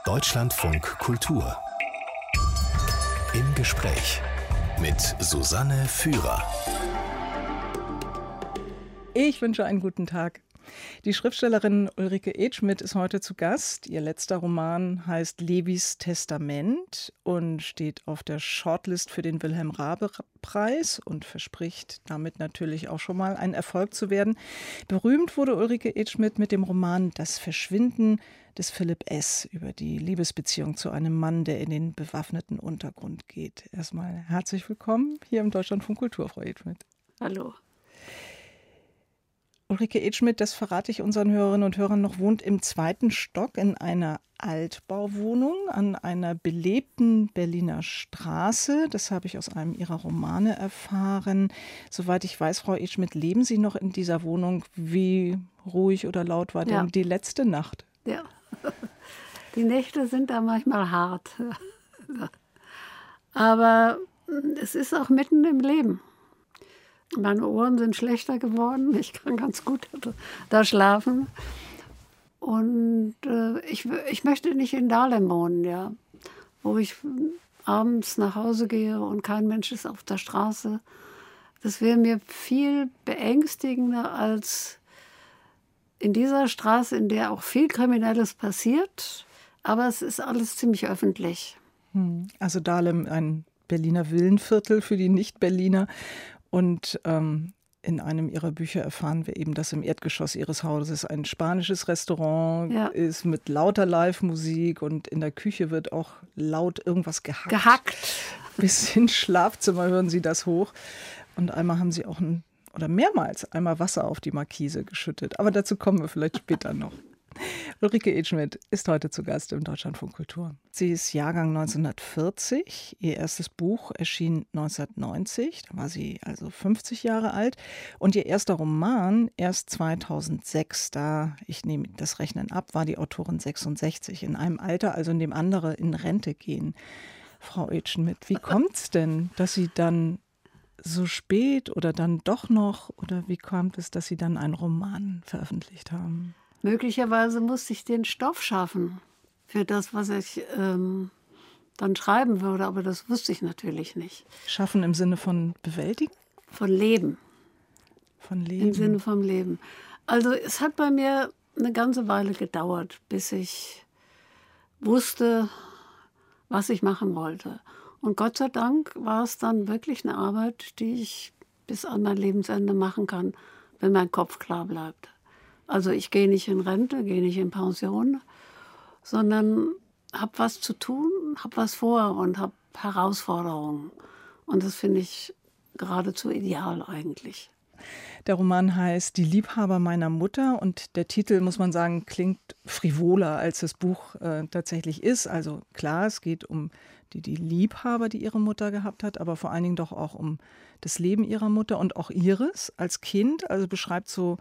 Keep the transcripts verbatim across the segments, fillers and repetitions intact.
Deutschlandfunk Kultur. Im Gespräch mit Susanne Führer. Ich wünsche einen guten Tag. Die Schriftstellerin Ulrike Edschmidt ist heute zu Gast. Ihr letzter Roman heißt Levis Testament und steht auf der Shortlist für den Wilhelm-Raabe-Preis und verspricht damit natürlich auch schon mal ein Erfolg zu werden. Berühmt wurde Ulrike Edschmidt mit dem Roman Das Verschwinden des Philipp S. über die Liebesbeziehung zu einem Mann, der in den bewaffneten Untergrund geht. Erstmal herzlich willkommen hier im Deutschlandfunk Kultur, Frau Edschmidt. Hallo. Ulrike Edschmidt, das verrate ich unseren Hörerinnen und Hörern noch, wohnt im zweiten Stock in einer Altbauwohnung an einer belebten Berliner Straße. Das habe ich aus einem Ihrer Romane erfahren. Soweit ich weiß, Frau Edschmidt, leben Sie noch in dieser Wohnung? Wie ruhig oder laut war denn Ja. die letzte Nacht? Ja, die Nächte sind da manchmal hart. Aber es ist auch mitten im Leben. Meine Ohren sind schlechter geworden. Ich kann ganz gut da schlafen. Und äh, ich, ich möchte nicht in Dahlem wohnen, ja, wo ich abends nach Hause gehe und kein Mensch ist auf der Straße. Das wäre mir viel beängstigender als in dieser Straße, in der auch viel Kriminelles passiert. Aber es ist alles ziemlich öffentlich. Also Dahlem, ein Berliner Villenviertel für die Nicht-Berliner. Und ähm, in einem ihrer Bücher erfahren wir eben, dass im Erdgeschoss ihres Hauses ein spanisches Restaurant Ja. ist mit lauter Live-Musik und in der Küche wird auch laut irgendwas gehackt. Gehackt. Bis ins Schlafzimmer hören sie das hoch. Und einmal haben sie auch ein, oder mehrmals einmal Wasser auf die Markise geschüttet. Aber dazu kommen wir vielleicht später noch. Ulrike Edschmidt ist heute zu Gast im Deutschlandfunk Kultur. Sie ist Jahrgang neunzehnhundertvierzig. Ihr erstes Buch erschien neunzehnhundertneunzig. Da war sie also fünfzig Jahre alt. Und ihr erster Roman erst zweitausendsechs. Da, ich nehme das Rechnen ab, war die Autorin sechsundsechzig. In einem Alter, also in dem andere in Rente gehen. Frau Edschmidt, wie kommt es denn, dass Sie dann so spät oder dann doch noch, oder wie kommt es, dass Sie dann einen Roman veröffentlicht haben? Möglicherweise musste ich den Stoff schaffen für das, was ich ähm, dann schreiben würde. Aber das wusste ich natürlich nicht. Schaffen im Sinne von bewältigen? Von Leben. Von Leben. Im Sinne vom Leben. Also es hat bei mir eine ganze Weile gedauert, bis ich wusste, was ich machen wollte. Und Gott sei Dank war es dann wirklich eine Arbeit, die ich bis an mein Lebensende machen kann, wenn mein Kopf klar bleibt. Also ich gehe nicht in Rente, gehe nicht in Pension, sondern habe was zu tun, habe was vor und habe Herausforderungen. Und das finde ich geradezu ideal eigentlich. Der Roman heißt Die Liebhaber meiner Mutter und der Titel, muss man sagen, klingt frivoler, als das Buch äh, tatsächlich ist. Also klar, es geht um die, die Liebhaber, die ihre Mutter gehabt hat, aber vor allen Dingen doch auch um das Leben ihrer Mutter und auch ihres als Kind. Also beschreibt so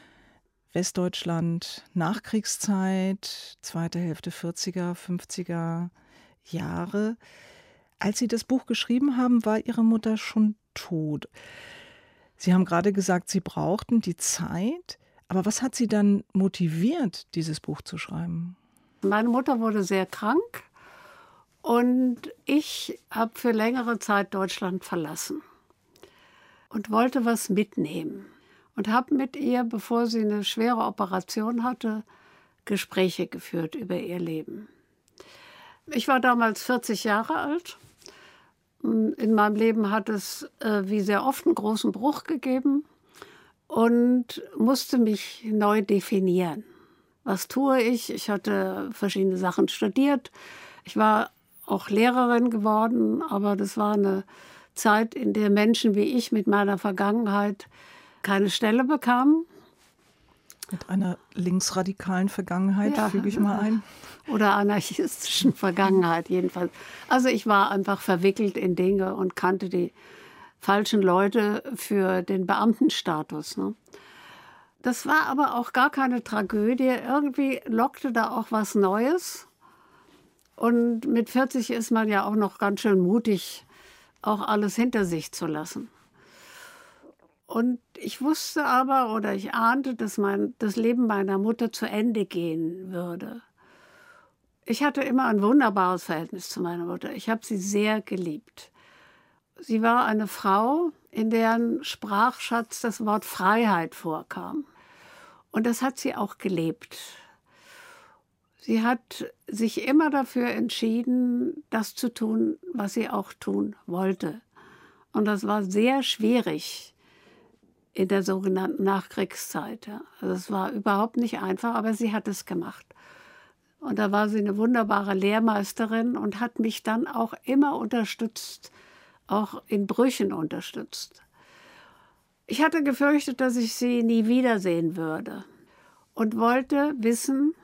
Westdeutschland, Nachkriegszeit, zweite Hälfte vierziger, fünfziger Jahre. Als Sie das Buch geschrieben haben, war Ihre Mutter schon tot. Sie haben gerade gesagt, Sie brauchten die Zeit. Aber was hat Sie dann motiviert, dieses Buch zu schreiben? Meine Mutter wurde sehr krank und ich habe für längere Zeit Deutschland verlassen und wollte was mitnehmen. Und habe mit ihr, bevor sie eine schwere Operation hatte, Gespräche geführt über ihr Leben. Ich war damals vierzig Jahre alt. In meinem Leben hat es, äh, wie sehr oft, einen großen Bruch gegeben und musste mich neu definieren. Was tue ich? Ich hatte verschiedene Sachen studiert. Ich war auch Lehrerin geworden, aber das war eine Zeit, in der Menschen wie ich mit meiner Vergangenheit keine Stelle bekamen. Mit einer linksradikalen Vergangenheit, Ja. füge ich mal ein. Oder anarchistischen Vergangenheit jedenfalls. Also ich war einfach verwickelt in Dinge und kannte die falschen Leute für den Beamtenstatus. Ne? Das war aber auch gar keine Tragödie. Irgendwie lockte da auch was Neues. Und mit vierzig ist man ja auch noch ganz schön mutig, auch alles hinter sich zu lassen. Und ich wusste aber oder ich ahnte, dass mein, das Leben meiner Mutter zu Ende gehen würde. Ich hatte immer ein wunderbares Verhältnis zu meiner Mutter. Ich habe sie sehr geliebt. Sie war eine Frau, in deren Sprachschatz das Wort Freiheit vorkam. Und das hat sie auch gelebt. Sie hat sich immer dafür entschieden, das zu tun, was sie auch tun wollte. Und das war sehr schwierig in der sogenannten Nachkriegszeit. Also es war überhaupt nicht einfach, aber sie hat es gemacht. Und da war sie eine wunderbare Lehrmeisterin und hat mich dann auch immer unterstützt, auch in Brüchen unterstützt. Ich hatte gefürchtet, dass ich sie nie wiedersehen würde und wollte wissen,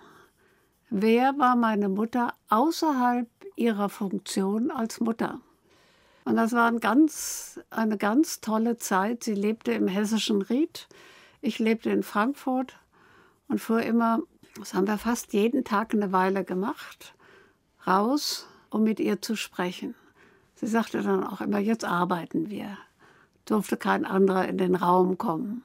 wer war meine Mutter außerhalb ihrer Funktion als Mutter. Und das war ein ganz, eine ganz tolle Zeit. Sie lebte im hessischen Ried, ich lebte in Frankfurt und fuhr immer, das haben wir fast jeden Tag eine Weile gemacht, raus, um mit ihr zu sprechen. Sie sagte dann auch immer, jetzt arbeiten wir. Durfte kein anderer in den Raum kommen.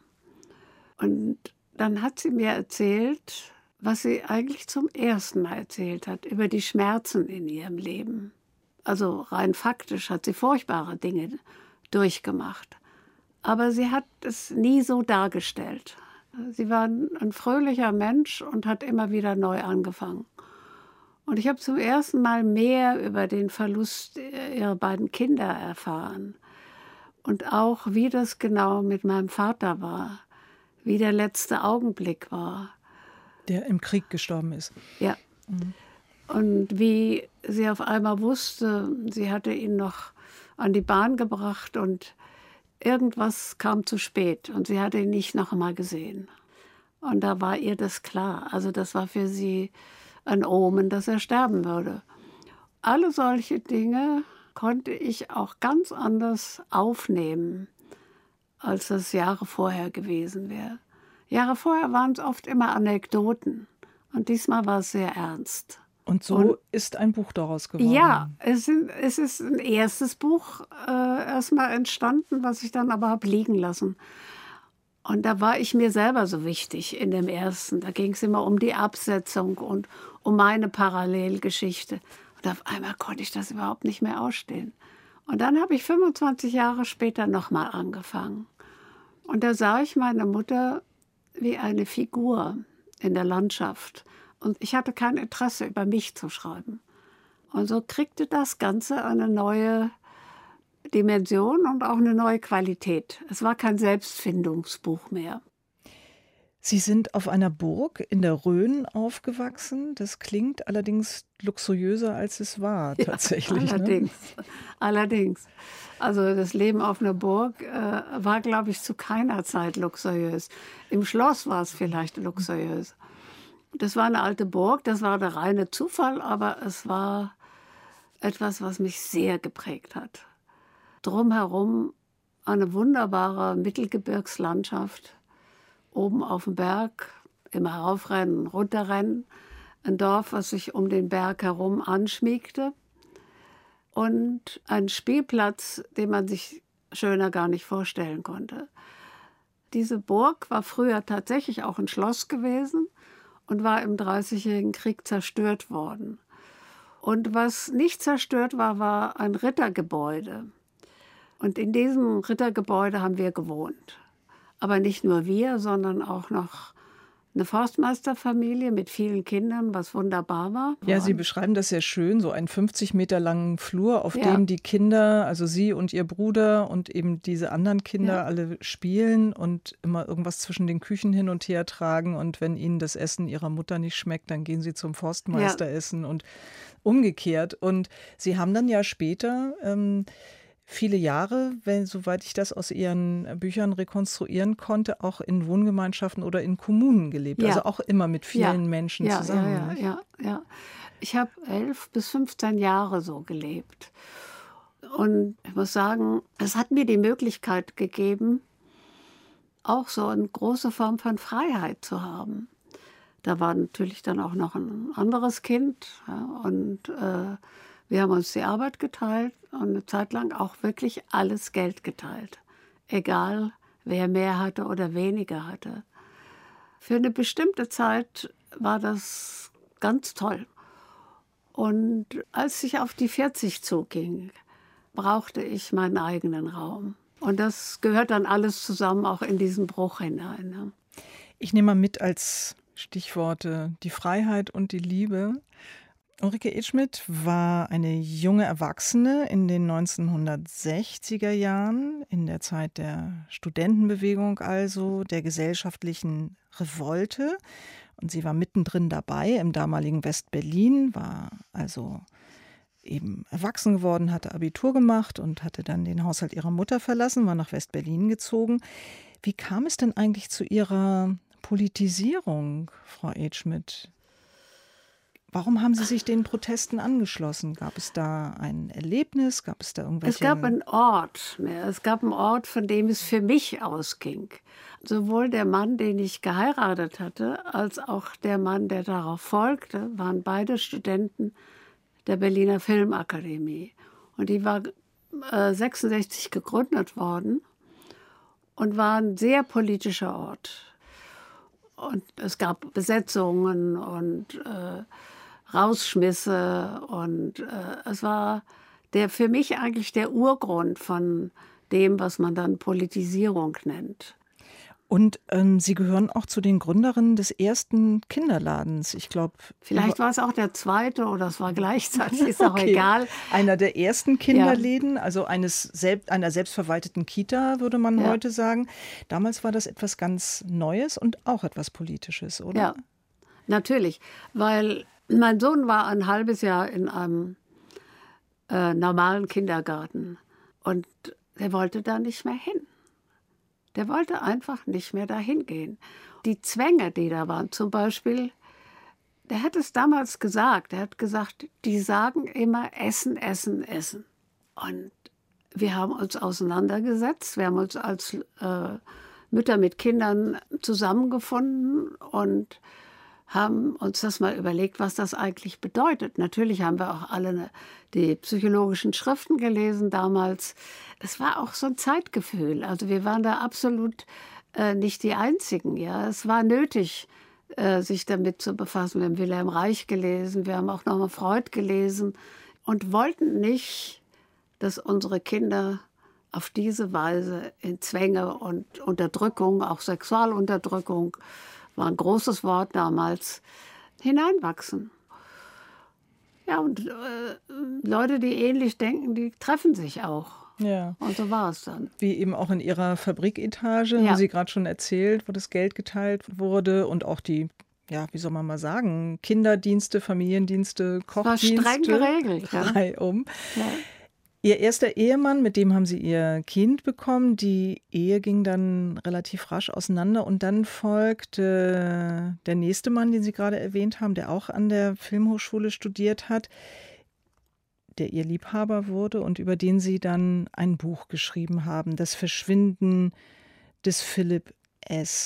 Und dann hat sie mir erzählt, was sie eigentlich zum ersten Mal erzählt hat, über die Schmerzen in ihrem Leben. Also rein faktisch hat sie furchtbare Dinge durchgemacht. Aber sie hat es nie so dargestellt. Sie war ein fröhlicher Mensch und hat immer wieder neu angefangen. Und ich habe zum ersten Mal mehr über den Verlust ihrer beiden Kinder erfahren. Und auch, wie das genau mit meinem Vater war, wie der letzte Augenblick war. Der im Krieg gestorben ist. Ja. Mhm. Und wie sie auf einmal wusste, sie hatte ihn noch an die Bahn gebracht und irgendwas kam zu spät und sie hatte ihn nicht noch einmal gesehen. Und da war ihr das klar. Also das war für sie ein Omen, dass er sterben würde. Alle solche Dinge konnte ich auch ganz anders aufnehmen, als das Jahre vorher gewesen wäre. Jahre vorher waren es oft immer Anekdoten und diesmal war es sehr ernst. Und so und, ist ein Buch daraus geworden. Ja, es, sind, es ist ein erstes Buch äh, erstmal entstanden, was ich dann aber habe liegen lassen. Und da war ich mir selber so wichtig in dem ersten. Da ging es immer um die Absetzung und um meine Parallelgeschichte. Und auf einmal konnte ich das überhaupt nicht mehr ausstehen. Und dann habe ich fünfundzwanzig Jahre später nochmal angefangen. Und da sah ich meine Mutter wie eine Figur in der Landschaft. Und ich hatte kein Interesse, über mich zu schreiben. Und so kriegte das Ganze eine neue Dimension und auch eine neue Qualität. Es war kein Selbstfindungsbuch mehr. Sie sind auf einer Burg in der Rhön aufgewachsen. Das klingt allerdings luxuriöser, als es war, tatsächlich. Ja, allerdings. Ne? Allerdings. Also das Leben auf einer Burg äh, war, glaube ich, zu keiner Zeit luxuriös. Im Schloss war es vielleicht luxuriös. Das war eine alte Burg, das war der reine Zufall, aber es war etwas, was mich sehr geprägt hat. Drumherum eine wunderbare Mittelgebirgslandschaft, oben auf dem Berg, immer raufrennen, runterrennen. Ein Dorf, was sich um den Berg herum anschmiegte. Und ein Spielplatz, den man sich schöner gar nicht vorstellen konnte. Diese Burg war früher tatsächlich auch ein Schloss gewesen und war im Dreißigjährigen Krieg zerstört worden. Und was nicht zerstört war, war ein Rittergebäude. Und in diesem Rittergebäude haben wir gewohnt. Aber nicht nur wir, sondern auch noch eine Forstmeisterfamilie mit vielen Kindern, was wunderbar war. Ja, Sie beschreiben das sehr schön, so einen fünfzig Meter langen Flur, auf Ja. dem die Kinder, also Sie und Ihr Bruder und eben diese anderen Kinder Ja. alle spielen und immer irgendwas zwischen den Küchen hin und her tragen. Und wenn ihnen das Essen ihrer Mutter nicht schmeckt, dann gehen sie zum Forstmeister Ja. essen und umgekehrt. Und Sie haben dann ja später ähm, viele Jahre, wenn, soweit ich das aus Ihren Büchern rekonstruieren konnte, auch in Wohngemeinschaften oder in Kommunen gelebt. Ja. Also auch immer mit vielen Ja. Menschen ja, zusammen. Ja, ja, nicht? ja, ja. Ich habe elf bis fünfzehn Jahre so gelebt. Und ich muss sagen, es hat mir die Möglichkeit gegeben, auch so eine große Form von Freiheit zu haben. Da war natürlich dann auch noch ein anderes Kind. Ja, und äh, wir haben uns die Arbeit geteilt und eine Zeit lang auch wirklich alles Geld geteilt. Egal, wer mehr hatte oder weniger hatte. Für eine bestimmte Zeit war das ganz toll. Und als ich auf die vierzig zuging, brauchte ich meinen eigenen Raum. Und das gehört dann alles zusammen auch in diesen Bruch hinein. Ne? Ich nehme mal mit als Stichworte die Freiheit und die Liebe. Ulrike Edschmidt war eine junge Erwachsene in den neunzehnhundertsechziger Jahren, in der Zeit der Studentenbewegung also, der gesellschaftlichen Revolte. Und sie war mittendrin dabei im damaligen West-Berlin, war also eben erwachsen geworden, hatte Abitur gemacht und hatte dann den Haushalt ihrer Mutter verlassen, war nach West-Berlin gezogen. Wie kam es denn eigentlich zu Ihrer Politisierung, Frau Edschmidt? Warum haben Sie sich den Protesten angeschlossen? Gab es da ein Erlebnis? Gab es da irgendwelche... Es gab einen Ort. Es gab einen Ort, von dem es für mich ausging. Sowohl der Mann, den ich geheiratet hatte, als auch der Mann, der darauf folgte, waren beide Studenten der Berliner Filmakademie. Und die war äh, sechsundsechzig gegründet worden und war ein sehr politischer Ort. Und es gab Besetzungen und äh, Rausschmisse und äh, es war der, für mich eigentlich der Urgrund von dem, was man dann Politisierung nennt. Und ähm, Sie gehören auch zu den Gründerinnen des ersten Kinderladens. Ich glaube, vielleicht war es auch der zweite oder es war gleichzeitig, ist auch okay. Egal. Einer der ersten Kinderläden, ja. Also eines selbst, einer selbstverwalteten Kita, würde man ja. heute sagen. Damals war das etwas ganz Neues und auch etwas Politisches, oder? Ja, natürlich, weil mein Sohn war ein halbes Jahr in einem äh, normalen Kindergarten und der wollte da nicht mehr hin. Der wollte einfach nicht mehr dahin gehen. Die Zwänge, die da waren, zum Beispiel, der hat es damals gesagt, er hat gesagt, die sagen immer Essen, Essen, Essen. Und wir haben uns auseinandergesetzt, wir haben uns als äh, Mütter mit Kindern zusammengefunden und haben uns das mal überlegt, was das eigentlich bedeutet. Natürlich haben wir auch alle ne, die psychologischen Schriften gelesen damals. Es war auch so ein Zeitgefühl. Also wir waren da absolut äh, nicht die Einzigen. Ja, es war nötig, äh, sich damit zu befassen. Wir haben Wilhelm Reich gelesen, wir haben auch nochmal Freud gelesen und wollten nicht, dass unsere Kinder auf diese Weise in Zwänge und Unterdrückung, auch Sexualunterdrückung, war ein großes Wort damals, hineinwachsen. Ja, und äh, Leute, die ähnlich denken, die treffen sich auch. Ja. Und so war es dann. Wie eben auch in Ihrer Fabriketage, ja. haben Sie gerade schon erzählt, wo das Geld geteilt wurde und auch die, ja, wie soll man mal sagen, Kinderdienste, Familiendienste, Kochdienste. Das war streng geregelt. Ja. Reihum. Ja. Ihr erster Ehemann, mit dem haben Sie Ihr Kind bekommen. Die Ehe ging dann relativ rasch auseinander und dann folgte der nächste Mann, den Sie gerade erwähnt haben, der auch an der Filmhochschule studiert hat, der Ihr Liebhaber wurde und über den Sie dann ein Buch geschrieben haben, Das Verschwinden des Philipp S.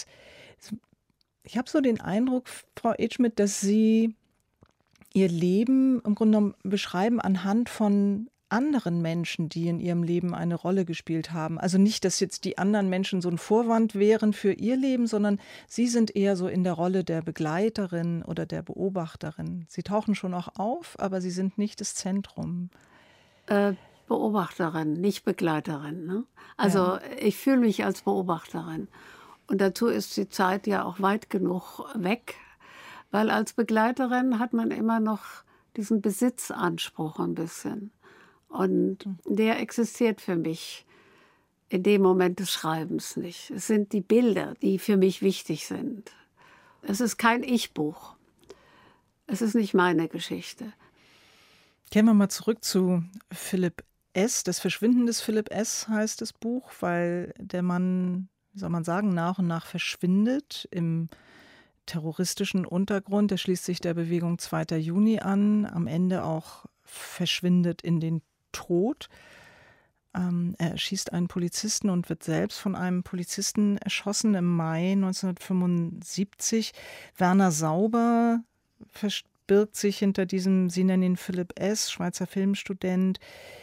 Ich habe so den Eindruck, Frau Edschmidt, dass Sie Ihr Leben im Grunde genommen beschreiben anhand von anderen Menschen, die in ihrem Leben eine Rolle gespielt haben. Also nicht, dass jetzt die anderen Menschen so ein Vorwand wären für ihr Leben, sondern sie sind eher so in der Rolle der Begleiterin oder der Beobachterin. Sie tauchen schon auch auf, aber sie sind nicht das Zentrum. Äh, Beobachterin, nicht Begleiterin. Ne? Also ja. Ich fühle mich als Beobachterin. Und dazu ist die Zeit ja auch weit genug weg, weil als Begleiterin hat man immer noch diesen Besitzanspruch ein bisschen. Und der existiert für mich in dem Moment des Schreibens nicht. Es sind die Bilder, die für mich wichtig sind. Es ist kein Ich-Buch. Es ist nicht meine Geschichte. Kehren wir mal zurück zu Philipp S. Das Verschwinden des Philipp S. heißt das Buch, weil der Mann, wie soll man sagen, nach und nach verschwindet im terroristischen Untergrund. Der schließt sich der Bewegung zweiter Juni an, am Ende auch verschwindet in den Tod. Ähm, er erschießt einen Polizisten und wird selbst von einem Polizisten erschossen im Mai neunzehnhundertfünfundsiebzig. Werner Sauber verbirgt sich hinter diesem, Sie nennen ihn Philipp S., Schweizer Filmstudent.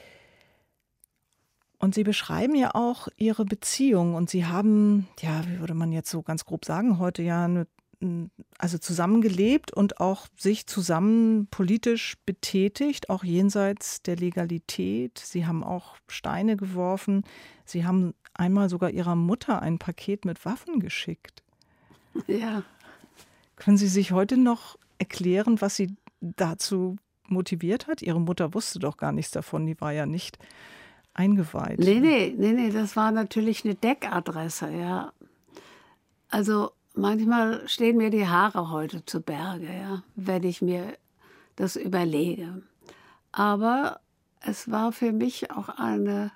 Und Sie beschreiben ja auch Ihre Beziehung und Sie haben, ja, wie würde man jetzt so ganz grob sagen, heute ja eine also zusammengelebt und auch sich zusammen politisch betätigt, auch jenseits der Legalität. Sie haben auch Steine geworfen. Sie haben einmal sogar ihrer Mutter ein Paket mit Waffen geschickt. Ja. Können Sie sich heute noch erklären, was Sie dazu motiviert hat? Ihre Mutter wusste doch gar nichts davon, die war ja nicht eingeweiht. Nee, nee, nee, nee, das war natürlich eine Deckadresse, ja. Also manchmal stehen mir die Haare heute zu Berge, ja, wenn ich mir das überlege. Aber es war für mich auch eine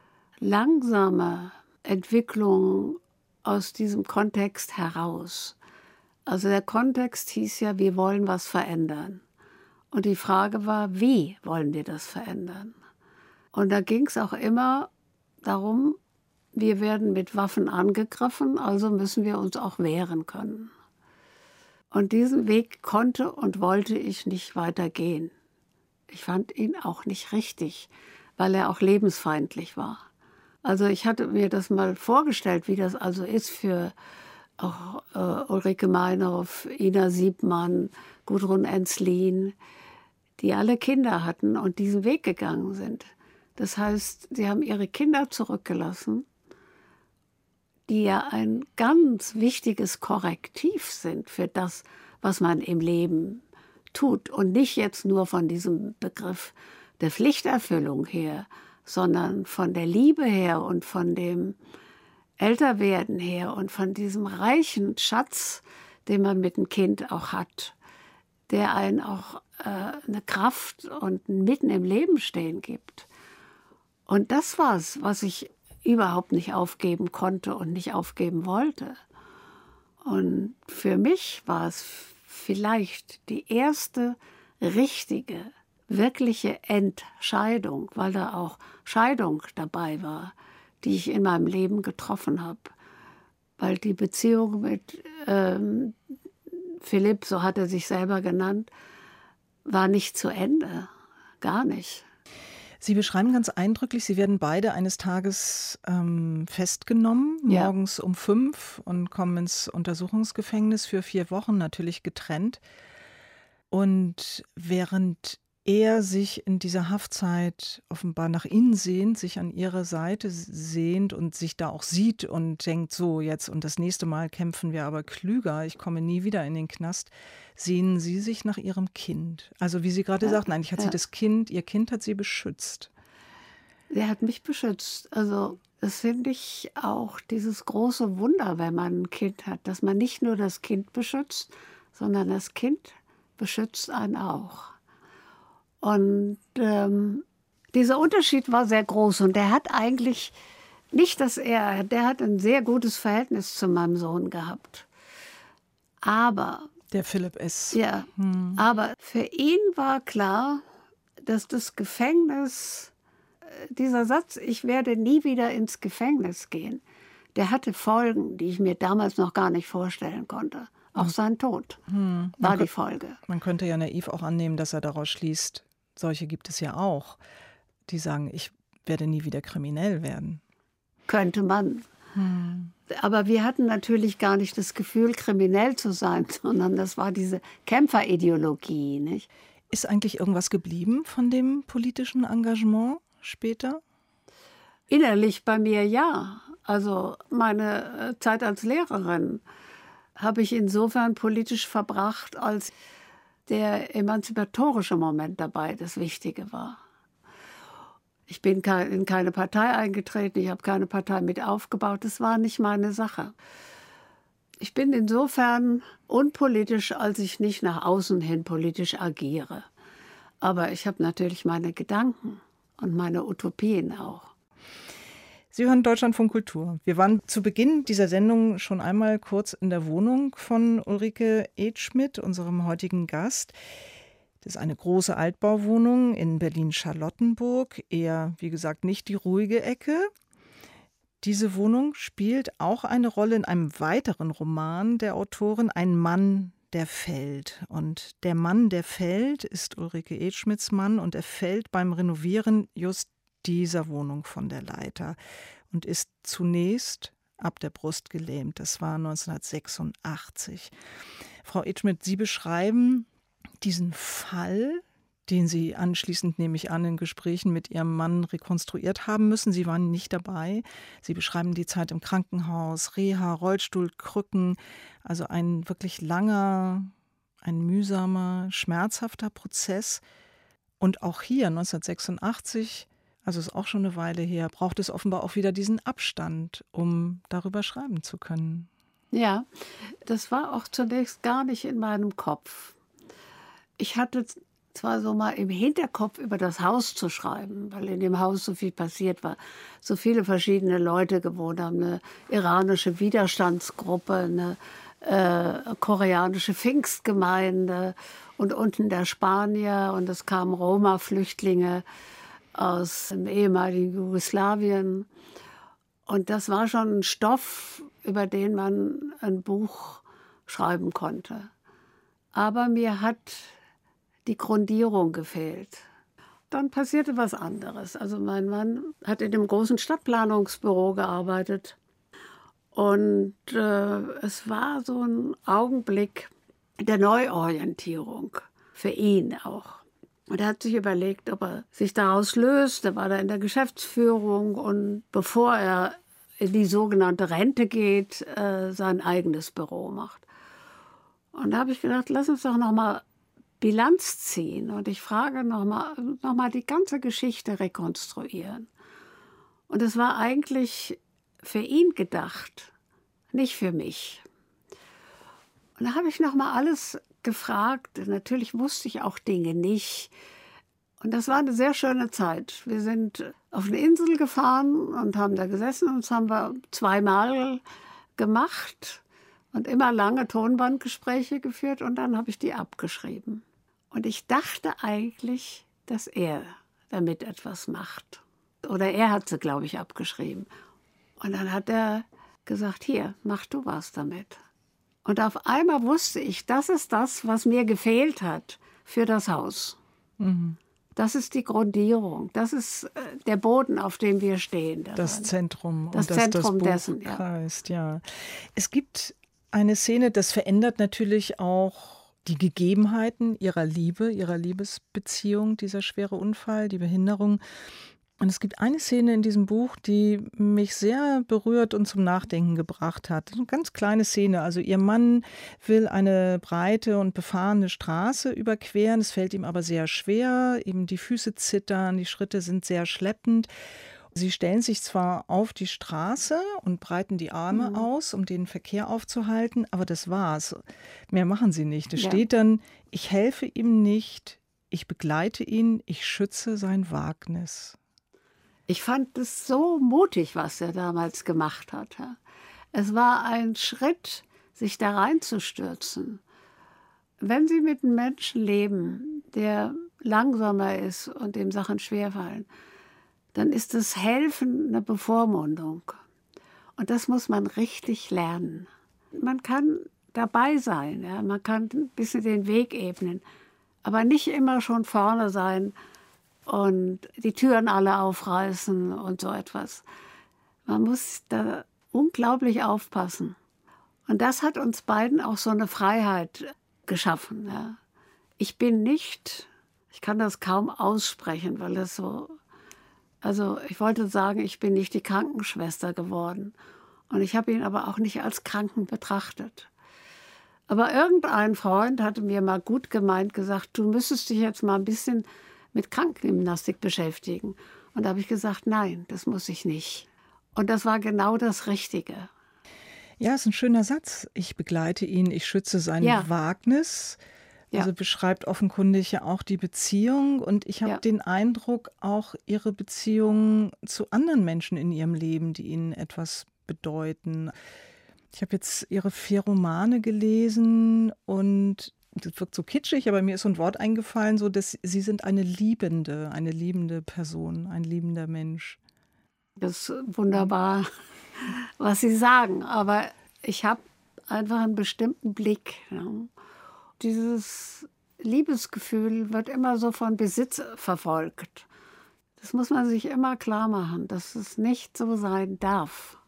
langsame Entwicklung aus diesem Kontext heraus. Also der Kontext hieß ja, wir wollen was verändern. Und die Frage war, wie wollen wir das verändern? Und da ging es auch immer darum, wir werden mit Waffen angegriffen, also müssen wir uns auch wehren können. Und diesen Weg konnte und wollte ich nicht weitergehen. Ich fand ihn auch nicht richtig, weil er auch lebensfeindlich war. Also ich hatte mir das mal vorgestellt, wie das also ist für auch äh, Ulrike Meinhof, Ina Siebmann, Gudrun Ensslin, die alle Kinder hatten und diesen Weg gegangen sind. Das heißt, sie haben ihre Kinder zurückgelassen, die ja ein ganz wichtiges Korrektiv sind für das, was man im Leben tut. Und nicht jetzt nur von diesem Begriff der Pflichterfüllung her, sondern von der Liebe her und von dem Älterwerden her und von diesem reichen Schatz, den man mit dem Kind auch hat, der einen auch äh, eine Kraft und mitten im Leben stehen gibt. Und das war es, was ich überhaupt nicht aufgeben konnte und nicht aufgeben wollte. Und für mich war es vielleicht die erste richtige, wirkliche Entscheidung, weil da auch Scheidung dabei war, die ich in meinem Leben getroffen habe. Weil die Beziehung mit ähm, Philipp, so hat er sich selber genannt, war nicht zu Ende. Gar nicht. Sie beschreiben ganz eindrücklich, Sie werden beide eines Tages ähm, festgenommen, Ja. morgens um fünf und kommen ins Untersuchungsgefängnis für vier Wochen, natürlich getrennt. Und während er sich in dieser Haftzeit offenbar nach innen sehnt, sich an ihre Seite sehnt und sich da auch sieht und denkt, so jetzt und das nächste Mal kämpfen wir aber klüger, ich komme nie wieder in den Knast, sehnen Sie sich nach Ihrem Kind. Also wie Sie gerade Ja, sagten, eigentlich hat ja. sie das Kind, Ihr Kind hat sie beschützt. Der hat mich beschützt. Also das finde ich auch dieses große Wunder, wenn man ein Kind hat, dass man nicht nur das Kind beschützt, sondern das Kind beschützt einen auch. Und ähm, dieser Unterschied war sehr groß. Und der hat eigentlich nicht, dass er, der hat ein sehr gutes Verhältnis zu meinem Sohn gehabt. Aber, Der Philipp S. ja, aber für ihn war klar, dass das Gefängnis, äh, dieser Satz, ich werde nie wieder ins Gefängnis gehen, der hatte Folgen, die ich mir damals noch gar nicht vorstellen konnte. Auch sein Tod war die Folge. Man könnte ja naiv auch annehmen, dass er daraus schließt, solche gibt es ja auch, die sagen, ich werde nie wieder kriminell werden. Könnte man. Aber wir hatten natürlich gar nicht das Gefühl, kriminell zu sein, sondern das war diese Kämpferideologie, nicht? Ist eigentlich irgendwas geblieben von dem politischen Engagement später? Innerlich bei mir ja. Also meine äh, Zeit als Lehrerin habe ich insofern politisch verbracht, als der emanzipatorische Moment dabei das Wichtige war. Ich bin in keine Partei eingetreten, ich habe keine Partei mit aufgebaut, das war nicht meine Sache. Ich bin insofern unpolitisch, als ich nicht nach außen hin politisch agiere. Aber ich habe natürlich meine Gedanken und meine Utopien auch. Sie hören Deutschlandfunk Kultur. Wir waren zu Beginn dieser Sendung schon einmal kurz in der Wohnung von Ulrike Edschmidt, unserem heutigen Gast. Das ist eine große Altbauwohnung in Berlin-Charlottenburg, eher, wie gesagt, nicht die ruhige Ecke. Diese Wohnung spielt auch eine Rolle in einem weiteren Roman der Autorin, Ein Mann, der fällt. Und der Mann, der fällt, ist Ulrike Edschmidts Mann und er fällt beim Renovieren just dieser Wohnung von der Leiter und ist zunächst ab der Brust gelähmt. Das war neunzehnhundertsechsundachtzig. Frau Edschmidt, Sie beschreiben diesen Fall, den Sie anschließend, nehme ich an, in Gesprächen mit Ihrem Mann rekonstruiert haben müssen. Sie waren nicht dabei. Sie beschreiben die Zeit im Krankenhaus, Reha, Rollstuhl, Krücken. Also ein wirklich langer, ein mühsamer, schmerzhafter Prozess. Und auch hier neunzehnhundertsechsundachtzig, also ist auch schon eine Weile her, braucht es offenbar auch wieder diesen Abstand, um darüber schreiben zu können. Ja, das war auch zunächst gar nicht in meinem Kopf. Ich hatte zwar so mal im Hinterkopf über das Haus zu schreiben, weil in dem Haus so viel passiert war, so viele verschiedene Leute gewohnt haben, eine iranische Widerstandsgruppe, eine äh, koreanische Pfingstgemeinde und unten der Spanier und es kamen Roma-Flüchtlinge aus dem ehemaligen Jugoslawien. Und das war schon ein Stoff, über den man ein Buch schreiben konnte. Aber mir hat die Grundierung gefehlt. Dann passierte was anderes. Also mein Mann hat in dem großen Stadtplanungsbüro gearbeitet. Und äh, es war so ein Augenblick der Neuorientierung, für ihn auch. Und er hat sich überlegt, ob er sich daraus löst. Er war da in der Geschäftsführung und bevor er in die sogenannte Rente geht, äh, sein eigenes Büro macht. Und da habe ich gedacht, lass uns doch noch mal Bilanz ziehen und ich frage noch mal, noch mal die ganze Geschichte rekonstruieren. Und es war eigentlich für ihn gedacht, nicht für mich. Und da habe ich noch mal alles gefragt. Natürlich wusste ich auch Dinge nicht. Und das war eine sehr schöne Zeit. Wir sind auf eine Insel gefahren und haben da gesessen und das haben wir zweimal gemacht und immer lange Tonbandgespräche geführt und dann habe ich die abgeschrieben. Und ich dachte eigentlich, dass er damit etwas macht. Oder er hat sie, glaube ich, abgeschrieben. Und dann hat er gesagt, hier, mach du was damit. Und auf einmal wusste ich, das ist das, was mir gefehlt hat für das Haus. Mhm. Das ist die Grundierung, das ist der Boden, auf dem wir stehen. Daran. Das Zentrum, das und Zentrum das, das dessen, Buch kreist, ja. Es gibt eine Szene, das verändert natürlich auch die Gegebenheiten ihrer Liebe, ihrer Liebesbeziehung, dieser schwere Unfall, die Behinderung. Und es gibt eine Szene in diesem Buch, die mich sehr berührt und zum Nachdenken gebracht hat. Eine ganz kleine Szene. Also ihr Mann will eine breite und befahrene Straße überqueren. Es fällt ihm aber sehr schwer. Eben die Füße zittern, die Schritte sind sehr schleppend. Sie stellen sich zwar auf die Straße und breiten die Arme mhm. aus, um den Verkehr aufzuhalten, aber das war's. Mehr machen sie nicht. Es ja. steht dann, ich helfe ihm nicht, ich begleite ihn, ich schütze sein Wagnis. Ich fand es so mutig, was er damals gemacht hat. Es war ein Schritt, sich da reinzustürzen. Wenn Sie mit einem Menschen leben, der langsamer ist und dem Sachen schwerfallen, dann ist das Helfen eine Bevormundung. Und das muss man richtig lernen. Man kann dabei sein, ja? Man kann ein bisschen den Weg ebnen, aber nicht immer schon vorne sein und die Türen alle aufreißen und so etwas. Man muss da unglaublich aufpassen. Und das hat uns beiden auch so eine Freiheit geschaffen. Ja? Ich bin nicht, ich kann das kaum aussprechen, weil das so... Also ich wollte sagen, ich bin nicht die Krankenschwester geworden. Und ich habe ihn aber auch nicht als Kranken betrachtet. Aber irgendein Freund hatte mir mal gut gemeint gesagt, du müsstest dich jetzt mal ein bisschen mit Krankengymnastik beschäftigen. Und da habe ich gesagt, nein, das muss ich nicht. Und das war genau das Richtige. Ja, ist ein schöner Satz. Ich begleite ihn, ich schütze sein ja. Wagnis. Also ja. beschreibt offenkundig ja auch die Beziehung. Und ich habe ja. den Eindruck, auch Ihre Beziehung zu anderen Menschen in Ihrem Leben, die Ihnen etwas bedeuten. Ich habe jetzt Ihre vier Romane gelesen und das wirkt so kitschig, aber mir ist so ein Wort eingefallen, so dass Sie sind eine Liebende, eine liebende Person, ein liebender Mensch. Das ist wunderbar, was Sie sagen. Aber ich habe einfach einen bestimmten Blick. Ja. Dieses Liebesgefühl wird immer so von Besitz verfolgt. Das muss man sich immer klar machen, dass es nicht so sein darf.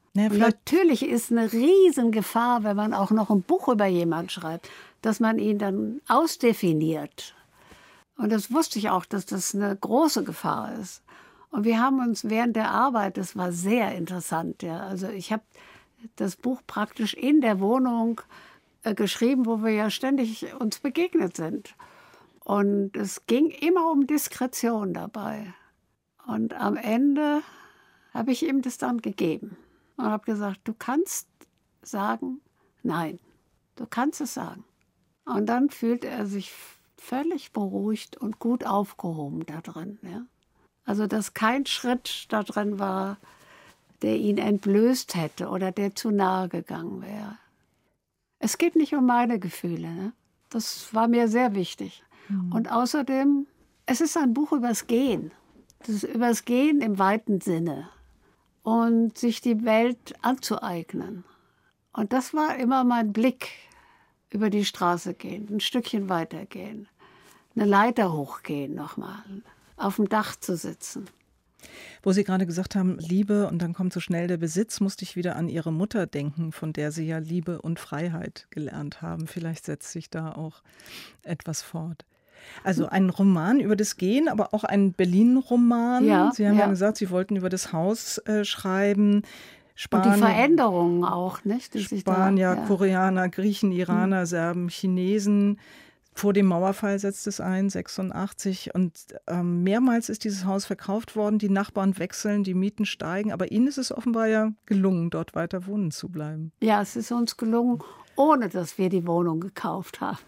Naja, Und natürlich ist eine Riesengefahr, wenn man auch noch ein Buch über jemanden schreibt, dass man ihn dann ausdefiniert. Und das wusste ich auch, dass das eine große Gefahr ist. Und wir haben uns während der Arbeit, das war sehr interessant, ja, also ich habe das Buch praktisch in der Wohnung äh, geschrieben, wo wir ja ständig uns begegnet sind. Und es ging immer um Diskretion dabei. Und am Ende habe ich ihm das dann gegeben und habe gesagt, du kannst sagen, nein, du kannst es sagen. Und dann fühlte er sich völlig beruhigt und gut aufgehoben da drin. Ja? Also, dass kein Schritt da drin war, der ihn entblößt hätte oder der zu nahe gegangen wäre. Es geht nicht um meine Gefühle. Ne? Das war mir sehr wichtig. Mhm. Und außerdem, es ist ein Buch übers Gehen. Das ist übers Gehen im weiten Sinne. Und sich die Welt anzueignen. Und das war immer mein Blick. Über die Straße gehen, ein Stückchen weitergehen, eine Leiter hochgehen nochmal, auf dem Dach zu sitzen. Wo Sie gerade gesagt haben, Liebe und dann kommt so schnell der Besitz, musste ich wieder an Ihre Mutter denken, von der Sie ja Liebe und Freiheit gelernt haben. Vielleicht setzt sich da auch etwas fort. Also ein Roman über das Gehen, aber auch ein Berlin-Roman. Ja, Sie haben ja. ja gesagt, Sie wollten über das Haus äh, schreiben. Spanier, und die Veränderungen auch, nicht? Die Spanier, sich da, ja. Koreaner, Griechen, Iraner, hm. Serben, Chinesen. Vor dem Mauerfall setzt es ein, sechsundachtzig. Und ähm, mehrmals ist dieses Haus verkauft worden. Die Nachbarn wechseln, die Mieten steigen. Aber Ihnen ist es offenbar ja gelungen, dort weiter wohnen zu bleiben. Ja, es ist uns gelungen, ohne dass wir die Wohnung gekauft haben.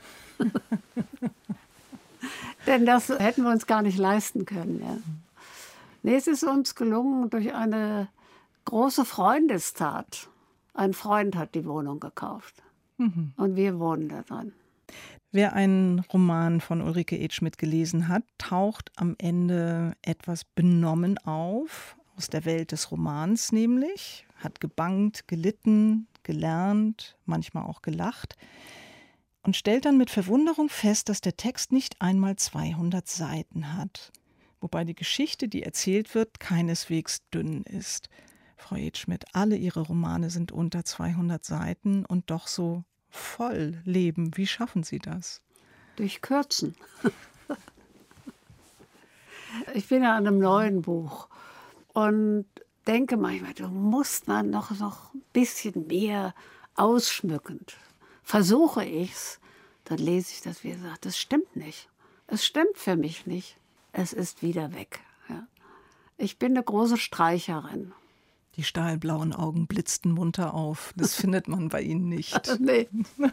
Denn das hätten wir uns gar nicht leisten können. Ja. Nee, es ist uns gelungen durch eine große Freundestat. Ein Freund hat die Wohnung gekauft. Mhm. Und wir wohnen da dran. Wer einen Roman von Ulrike Edschmidt gelesen hat, taucht am Ende etwas benommen auf, aus der Welt des Romans nämlich, hat gebangt, gelitten, gelernt, manchmal auch gelacht und stellt dann mit Verwunderung fest, dass der Text nicht einmal zweihundert Seiten hat, wobei die Geschichte, die erzählt wird, keineswegs dünn ist. Frau Edschmidt, alle Ihre Romane sind unter zweihundert Seiten und doch so voll leben. Wie schaffen Sie das? Durch Kürzen. Ich bin ja an einem neuen Buch und denke manchmal, du musst man noch, noch ein bisschen mehr ausschmückend. Versuche ich's, dann lese ich das, wie gesagt, das stimmt nicht. Es stimmt für mich nicht. Es ist wieder weg. Ja. Ich bin eine große Streicherin. Die stahlblauen Augen blitzten munter auf. Das findet man bei Ihnen nicht. Nee.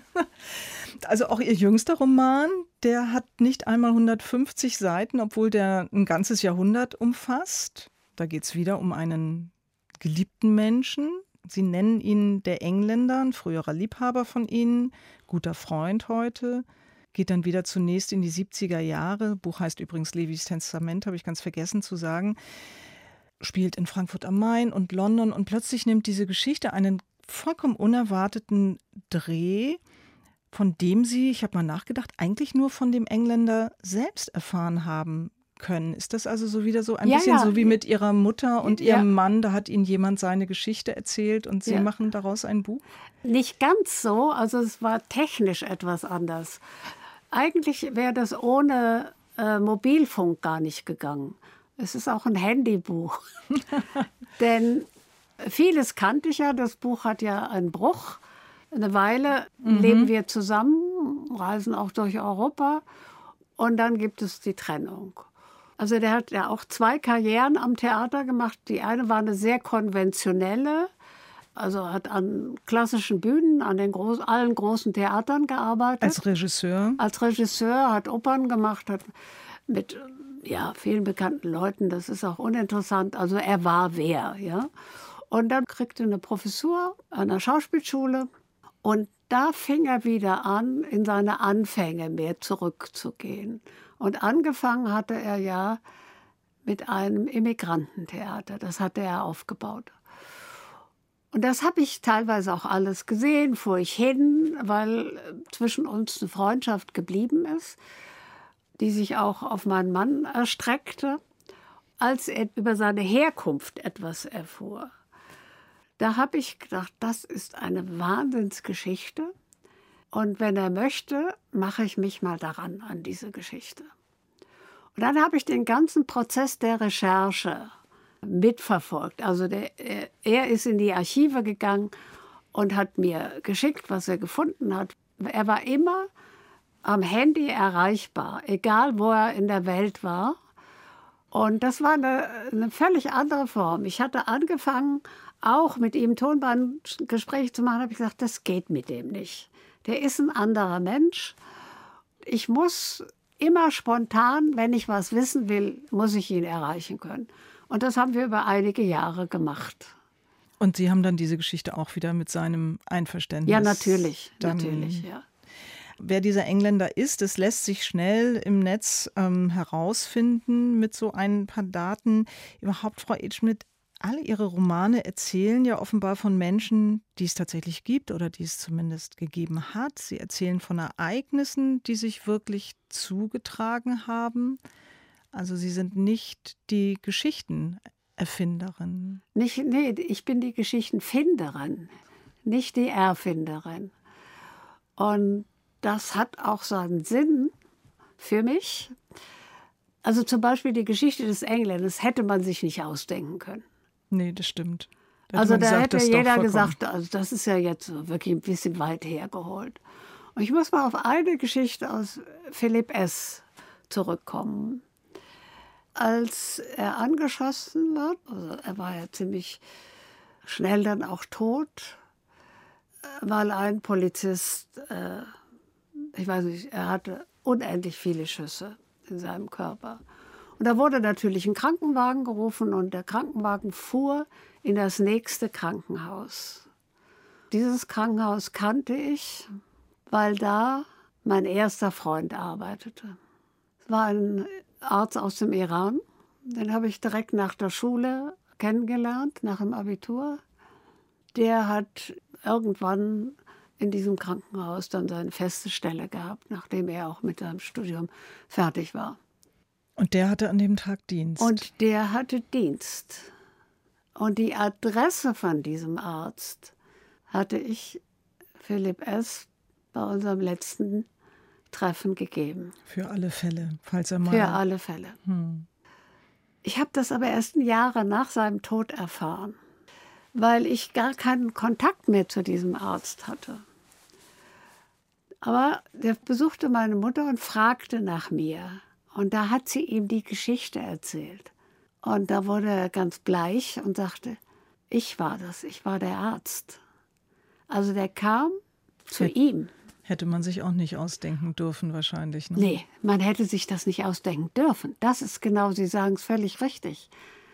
Also auch Ihr jüngster Roman, der hat nicht einmal hundertfünfzig Seiten, obwohl der ein ganzes Jahrhundert umfasst. Da geht es wieder um einen geliebten Menschen. Sie nennen ihn der Engländer, ein früherer Liebhaber von Ihnen, guter Freund heute. Geht dann wieder zunächst in die siebziger Jahre. Buch heißt übrigens Levis Testament, habe ich ganz vergessen zu sagen. Spielt in Frankfurt am Main und London und plötzlich nimmt diese Geschichte einen vollkommen unerwarteten Dreh, von dem Sie, ich habe mal nachgedacht, eigentlich nur von dem Engländer selbst erfahren haben können. Ist das also so wieder so ein ja, bisschen ja. so wie mit Ihrer Mutter und Ihrem ja. Mann, da hat Ihnen jemand seine Geschichte erzählt und Sie ja. machen daraus ein Buch? Nicht ganz so, also es war technisch etwas anders. Eigentlich wäre das ohne äh, Mobilfunk gar nicht gegangen. Es ist auch ein Handybuch. Denn vieles kannte ich ja. Das Buch hat ja einen Bruch. Eine Weile mhm. leben wir zusammen, reisen auch durch Europa. Und dann gibt es die Trennung. Also der hat ja auch zwei Karrieren am Theater gemacht. Die eine war eine sehr konventionelle. Also hat an klassischen Bühnen, an den groß, allen großen Theatern gearbeitet. Als Regisseur? Als Regisseur, hat Opern gemacht, hat mit ja, vielen bekannten Leuten, das ist auch uninteressant. Also er war wer, ja. Und dann kriegte er eine Professur an der Schauspielschule und da fing er wieder an, in seine Anfänge mehr zurückzugehen. Und angefangen hatte er ja mit einem Immigrantentheater, das hatte er aufgebaut. Und das habe ich teilweise auch alles gesehen, fuhr ich hin, weil zwischen uns eine Freundschaft geblieben ist, die sich auch auf meinen Mann erstreckte, als er über seine Herkunft etwas erfuhr. Da habe ich gedacht, das ist eine Wahnsinnsgeschichte. Und wenn er möchte, mache ich mich mal daran, an diese Geschichte. Und dann habe ich den ganzen Prozess der Recherche mitverfolgt. Also der, er ist in die Archive gegangen und hat mir geschickt, was er gefunden hat. Er war immer am Handy erreichbar, egal wo er in der Welt war. Und das war eine, eine völlig andere Form. Ich hatte angefangen, auch mit ihm Tonbandgespräche zu machen, habe ich gesagt, das geht mit dem nicht. Der ist ein anderer Mensch. Ich muss immer spontan, wenn ich was wissen will, muss ich ihn erreichen können. Und das haben wir über einige Jahre gemacht. Und Sie haben dann diese Geschichte auch wieder mit seinem Einverständnis? Ja, natürlich, dann, natürlich, ja. Wer dieser Engländer ist, das lässt sich schnell im Netz ähm, herausfinden mit so ein paar Daten. Überhaupt, Frau Edschmidt, alle Ihre Romane erzählen ja offenbar von Menschen, die es tatsächlich gibt oder die es zumindest gegeben hat. Sie erzählen von Ereignissen, die sich wirklich zugetragen haben. Also Sie sind nicht die Geschichtenerfinderin. Nicht, nee, ich bin die Geschichtenfinderin, nicht die Erfinderin. Und das hat auch seinen Sinn für mich. Also zum Beispiel die Geschichte des Engländers hätte man sich nicht ausdenken können. Nee, das stimmt. Da also da gesagt, hätte jeder gesagt, also das ist ja jetzt wirklich ein bisschen weit hergeholt. Und ich muss mal auf eine Geschichte aus Philipp S. zurückkommen. Als er angeschossen wird, also er war ja ziemlich schnell dann auch tot, weil ein Polizist, äh, ich weiß nicht, er hatte unendlich viele Schüsse in seinem Körper. Und da wurde natürlich ein Krankenwagen gerufen und der Krankenwagen fuhr in das nächste Krankenhaus. Dieses Krankenhaus kannte ich, weil da mein erster Freund arbeitete. Es war ein Arzt aus dem Iran, den habe ich direkt nach der Schule kennengelernt, nach dem Abitur. Der hat irgendwann in diesem Krankenhaus dann seine feste Stelle gehabt, nachdem er auch mit seinem Studium fertig war. Und der hatte an dem Tag Dienst? Und der hatte Dienst. Und die Adresse von diesem Arzt hatte ich Philipp S. bei unserem letzten Treffen gegeben. Für alle Fälle, falls er mal... Für alle Fälle. Hm. Ich habe das aber erst Jahre nach seinem Tod erfahren, weil ich gar keinen Kontakt mehr zu diesem Arzt hatte. Aber der besuchte meine Mutter und fragte nach mir. Und da hat sie ihm die Geschichte erzählt. Und da wurde er ganz bleich und sagte, ich war das, ich war der Arzt. Also der kam zu Hätt, ihm. Hätte man sich auch nicht ausdenken dürfen wahrscheinlich. Ne? Nee, man hätte sich das nicht ausdenken dürfen. Das ist genau, Sie sagen es völlig richtig.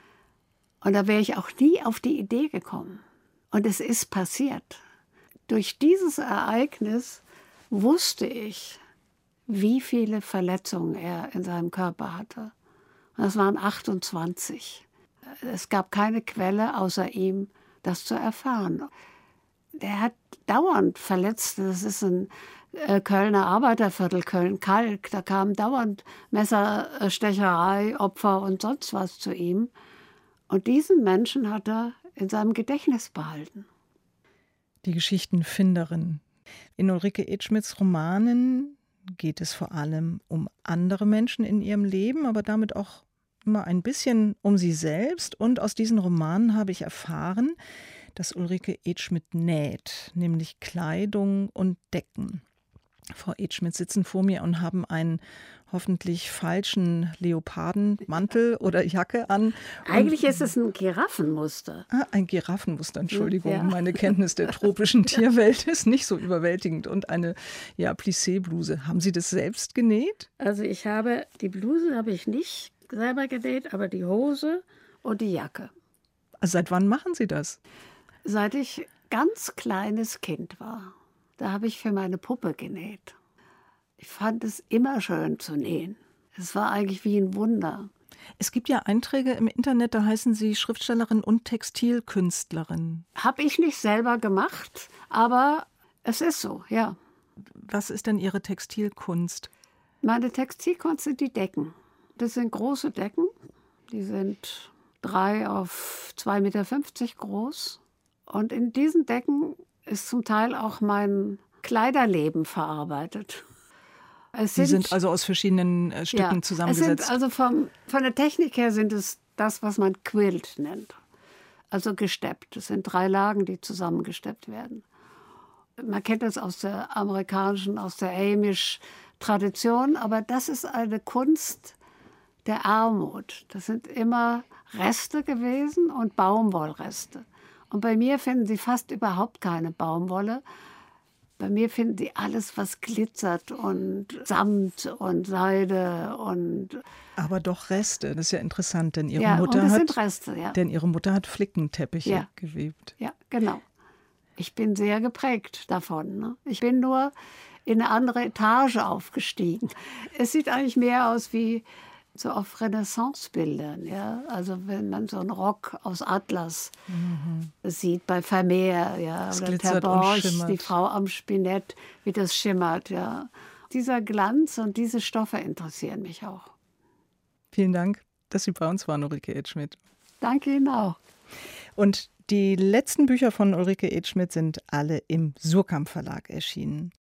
Und da wäre ich auch nie auf die Idee gekommen. Und es ist passiert. Durch dieses Ereignis wusste ich, wie viele Verletzungen er in seinem Körper hatte. Und das waren achtundzwanzig. Es gab keine Quelle außer ihm, das zu erfahren. Der hat dauernd Verletzte. Das ist ein äh, Kölner Arbeiterviertel, Köln-Kalk. Da kamen dauernd Messerstecherei, Opfer und sonst was zu ihm. Und diesen Menschen hat er in seinem Gedächtnis behalten. Die Geschichtenfinderin. In Ulrike Edschmidts Romanen geht es vor allem um andere Menschen in ihrem Leben, aber damit auch immer ein bisschen um sie selbst. Und aus diesen Romanen habe ich erfahren, dass Ulrike Edschmidt näht, nämlich Kleidung und Decken. Frau Edschmidt sitzen vor mir und haben einen hoffentlich falschen Leopardenmantel oder Jacke an. Eigentlich ist es ein Giraffenmuster. Ah, ein Giraffenmuster, Entschuldigung. Ja. Meine Kenntnis der tropischen Tierwelt ist nicht so überwältigend. Und eine ja, Plissé-Bluse. Haben Sie das selbst genäht? Also ich habe, die Bluse habe ich nicht selber genäht, aber die Hose und die Jacke. Also seit wann machen Sie das? Seit ich ganz kleines Kind war. Da habe ich für meine Puppe genäht. Ich fand es immer schön zu nähen. Es war eigentlich wie ein Wunder. Es gibt ja Einträge im Internet, da heißen Sie Schriftstellerin und Textilkünstlerin. Habe ich nicht selber gemacht, aber es ist so, ja. Was ist denn Ihre Textilkunst? Meine Textilkunst sind die Decken. Das sind große Decken. Die sind drei auf zwei Meter fünfzig groß. Und in diesen Decken ist zum Teil auch mein Kleiderleben verarbeitet. Es Die sind, sind also aus verschiedenen äh, Stücken ja, zusammengesetzt. Es sind also vom, von der Technik her sind es das, was man Quilt nennt. Also gesteppt. Es sind drei Lagen, die zusammengesteppt werden. Man kennt das aus der amerikanischen, aus der Amish-Tradition, aber das ist eine Kunst der Armut. Das sind immer Reste gewesen und Baumwollreste. Und bei mir finden Sie fast überhaupt keine Baumwolle. Bei mir finden Sie alles, was glitzert und Samt und Seide und aber doch Reste. Das ist ja interessant, denn Ihre ja, Mutter und das hat sind Reste, ja. denn Ihre Mutter hat Flickenteppiche ja. gewebt. Ja, genau. Ich bin sehr geprägt davon. Ne? Ich bin nur in eine andere Etage aufgestiegen. Es sieht eigentlich mehr aus wie so auf Renaissance-Bildern. Ja? Also wenn man so einen Rock aus Atlas mhm. sieht bei Vermeer, ja, das oder Terborch, die Frau am Spinett, wie das schimmert. Ja. Dieser Glanz und diese Stoffe interessieren mich auch. Vielen Dank, dass Sie bei uns waren, Ulrike Edschmidt. Danke Ihnen auch. Und die letzten Bücher von Ulrike Edschmidt sind alle im Suhrkamp Verlag erschienen.